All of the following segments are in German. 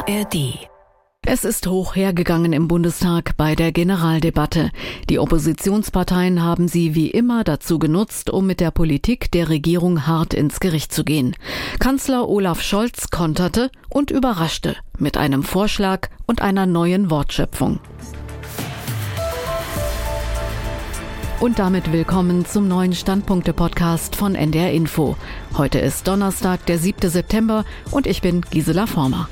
ARD. Es ist hoch hergegangen im Bundestag bei der Generaldebatte. Die Oppositionsparteien haben sie wie immer dazu genutzt, um mit der Politik der Regierung hart ins Gericht zu gehen. Kanzler Olaf Scholz konterte und überraschte mit einem Vorschlag und einer neuen Wortschöpfung. Und damit willkommen zum neuen Standpunkte-Podcast von NDR Info. Heute ist Donnerstag, der 7. September und ich bin Gisela Former.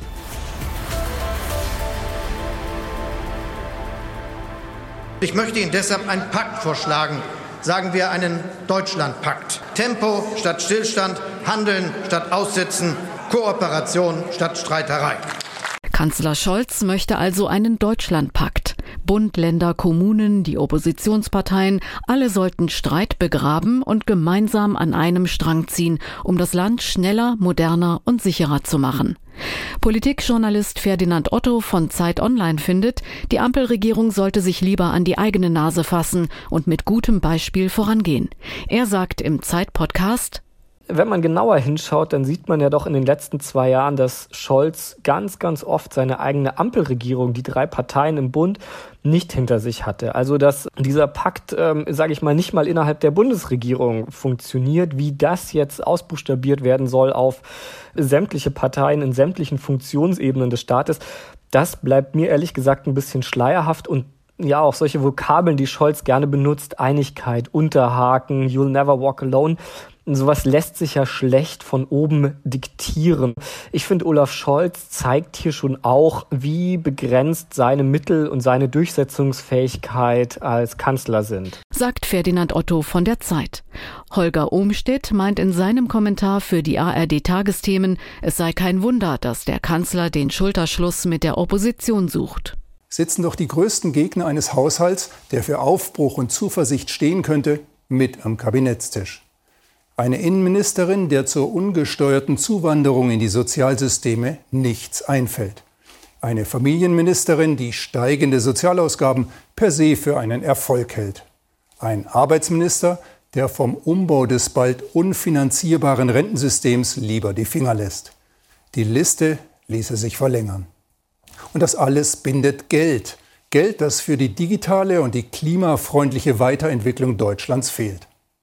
Ich möchte Ihnen deshalb einen Pakt vorschlagen, sagen wir einen Deutschlandpakt. Tempo statt Stillstand, Handeln statt Aussitzen, Kooperation statt Streiterei. Kanzler Scholz möchte also einen Deutschlandpakt. Bund, Länder, Kommunen, die Oppositionsparteien, alle sollten Streit begraben und gemeinsam an einem Strang ziehen, um das Land schneller, moderner und sicherer zu machen. Politikjournalist Ferdinand Otto von Zeit Online findet, die Ampelregierung sollte sich lieber an die eigene Nase fassen und mit gutem Beispiel vorangehen. Er sagt im Zeit-Podcast: Wenn man genauer hinschaut, dann sieht man ja doch in den letzten 2 Jahren, dass Scholz ganz oft seine eigene Ampelregierung, die 3 Parteien im Bund, nicht hinter sich hatte. Also dass dieser Pakt, nicht mal innerhalb der Bundesregierung funktioniert, wie das jetzt ausbuchstabiert werden soll auf sämtliche Parteien in sämtlichen Funktionsebenen des Staates, das bleibt mir ehrlich gesagt ein bisschen schleierhaft. Und ja, auch solche Vokabeln, die Scholz gerne benutzt, Einigkeit, Unterhaken, you'll never walk alone, sowas lässt sich ja schlecht von oben diktieren. Ich finde, Olaf Scholz zeigt hier schon auch, wie begrenzt seine Mittel und seine Durchsetzungsfähigkeit als Kanzler sind, sagt Ferdinand Otto von der Zeit. Holger Ohmstedt meint in seinem Kommentar für die ARD-Tagesthemen, es sei kein Wunder, dass der Kanzler den Schulterschluss mit der Opposition sucht. Sitzen doch die größten Gegner eines Haushalts, der für Aufbruch und Zuversicht stehen könnte, mit am Kabinettstisch. Eine Innenministerin, der zur ungesteuerten Zuwanderung in die Sozialsysteme nichts einfällt. Eine Familienministerin, die steigende Sozialausgaben per se für einen Erfolg hält. Ein Arbeitsminister, der vom Umbau des bald unfinanzierbaren Rentensystems lieber die Finger lässt. Die Liste ließe sich verlängern. Und das alles bindet Geld. Geld, das für die digitale und die klimafreundliche Weiterentwicklung Deutschlands fehlt.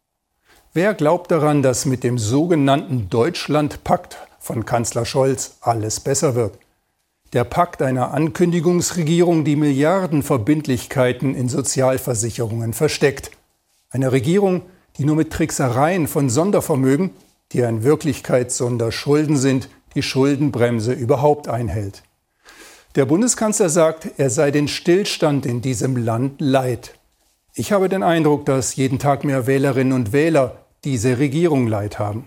Wer glaubt daran, dass mit dem sogenannten Deutschlandpakt von Kanzler Scholz alles besser wird? Der Pakt einer Ankündigungsregierung, die Milliardenverbindlichkeiten in Sozialversicherungen versteckt. Eine Regierung, die nur mit Tricksereien von Sondervermögen, die ja in Wirklichkeit Sonderschulden sind, die Schuldenbremse überhaupt einhält. Der Bundeskanzler sagt, er sei den Stillstand in diesem Land leid. Ich habe den Eindruck, dass jeden Tag mehr Wählerinnen und Wähler diese Regierung leid haben.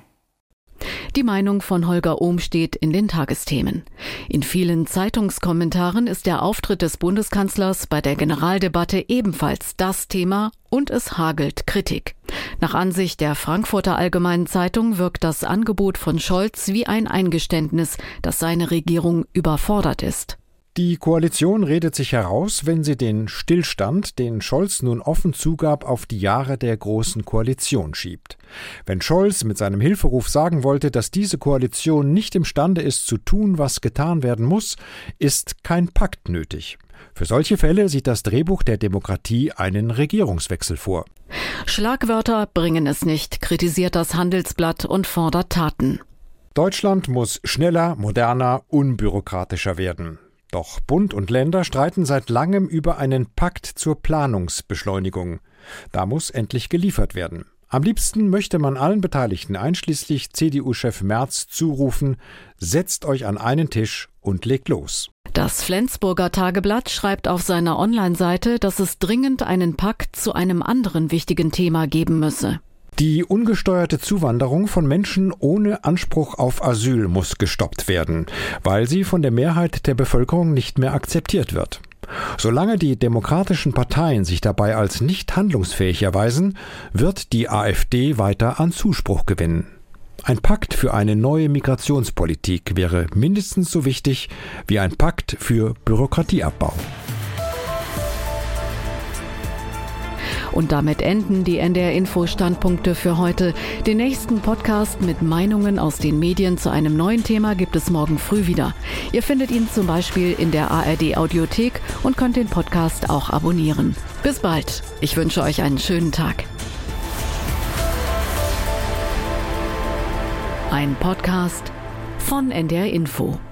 Die Meinung von Holger Ohmstedt in den Tagesthemen. In vielen Zeitungskommentaren ist der Auftritt des Bundeskanzlers bei der Generaldebatte ebenfalls das Thema und es hagelt Kritik. Nach Ansicht der Frankfurter Allgemeinen Zeitung wirkt das Angebot von Scholz wie ein Eingeständnis, dass seine Regierung überfordert ist. Die Koalition redet sich heraus, wenn sie den Stillstand, den Scholz nun offen zugab, auf die Jahre der Großen Koalition schiebt. Wenn Scholz mit seinem Hilferuf sagen wollte, dass diese Koalition nicht imstande ist zu tun, was getan werden muss, ist kein Pakt nötig. Für solche Fälle sieht das Drehbuch der Demokratie einen Regierungswechsel vor. Schlagwörter bringen es nicht, kritisiert das Handelsblatt und fordert Taten. Deutschland muss schneller, moderner, unbürokratischer werden. Doch Bund und Länder streiten seit langem über einen Pakt zur Planungsbeschleunigung. Da muss endlich geliefert werden. Am liebsten möchte man allen Beteiligten, einschließlich CDU-Chef Merz, zurufen: Setzt euch an einen Tisch und legt los. Das Flensburger Tageblatt schreibt auf seiner Online-Seite, dass es dringend einen Pakt zu einem anderen wichtigen Thema geben müsse. Die ungesteuerte Zuwanderung von Menschen ohne Anspruch auf Asyl muss gestoppt werden, weil sie von der Mehrheit der Bevölkerung nicht mehr akzeptiert wird. Solange die demokratischen Parteien sich dabei als nicht handlungsfähig erweisen, wird die AfD weiter an Zuspruch gewinnen. Ein Pakt für eine neue Migrationspolitik wäre mindestens so wichtig wie ein Pakt für Bürokratieabbau. Und damit enden die NDR Info Standpunkte für heute. Den nächsten Podcast mit Meinungen aus den Medien zu einem neuen Thema gibt es morgen früh wieder. Ihr findet ihn zum Beispiel in der ARD Audiothek und könnt den Podcast auch abonnieren. Bis bald. Ich wünsche euch einen schönen Tag. Ein Podcast von NDR Info.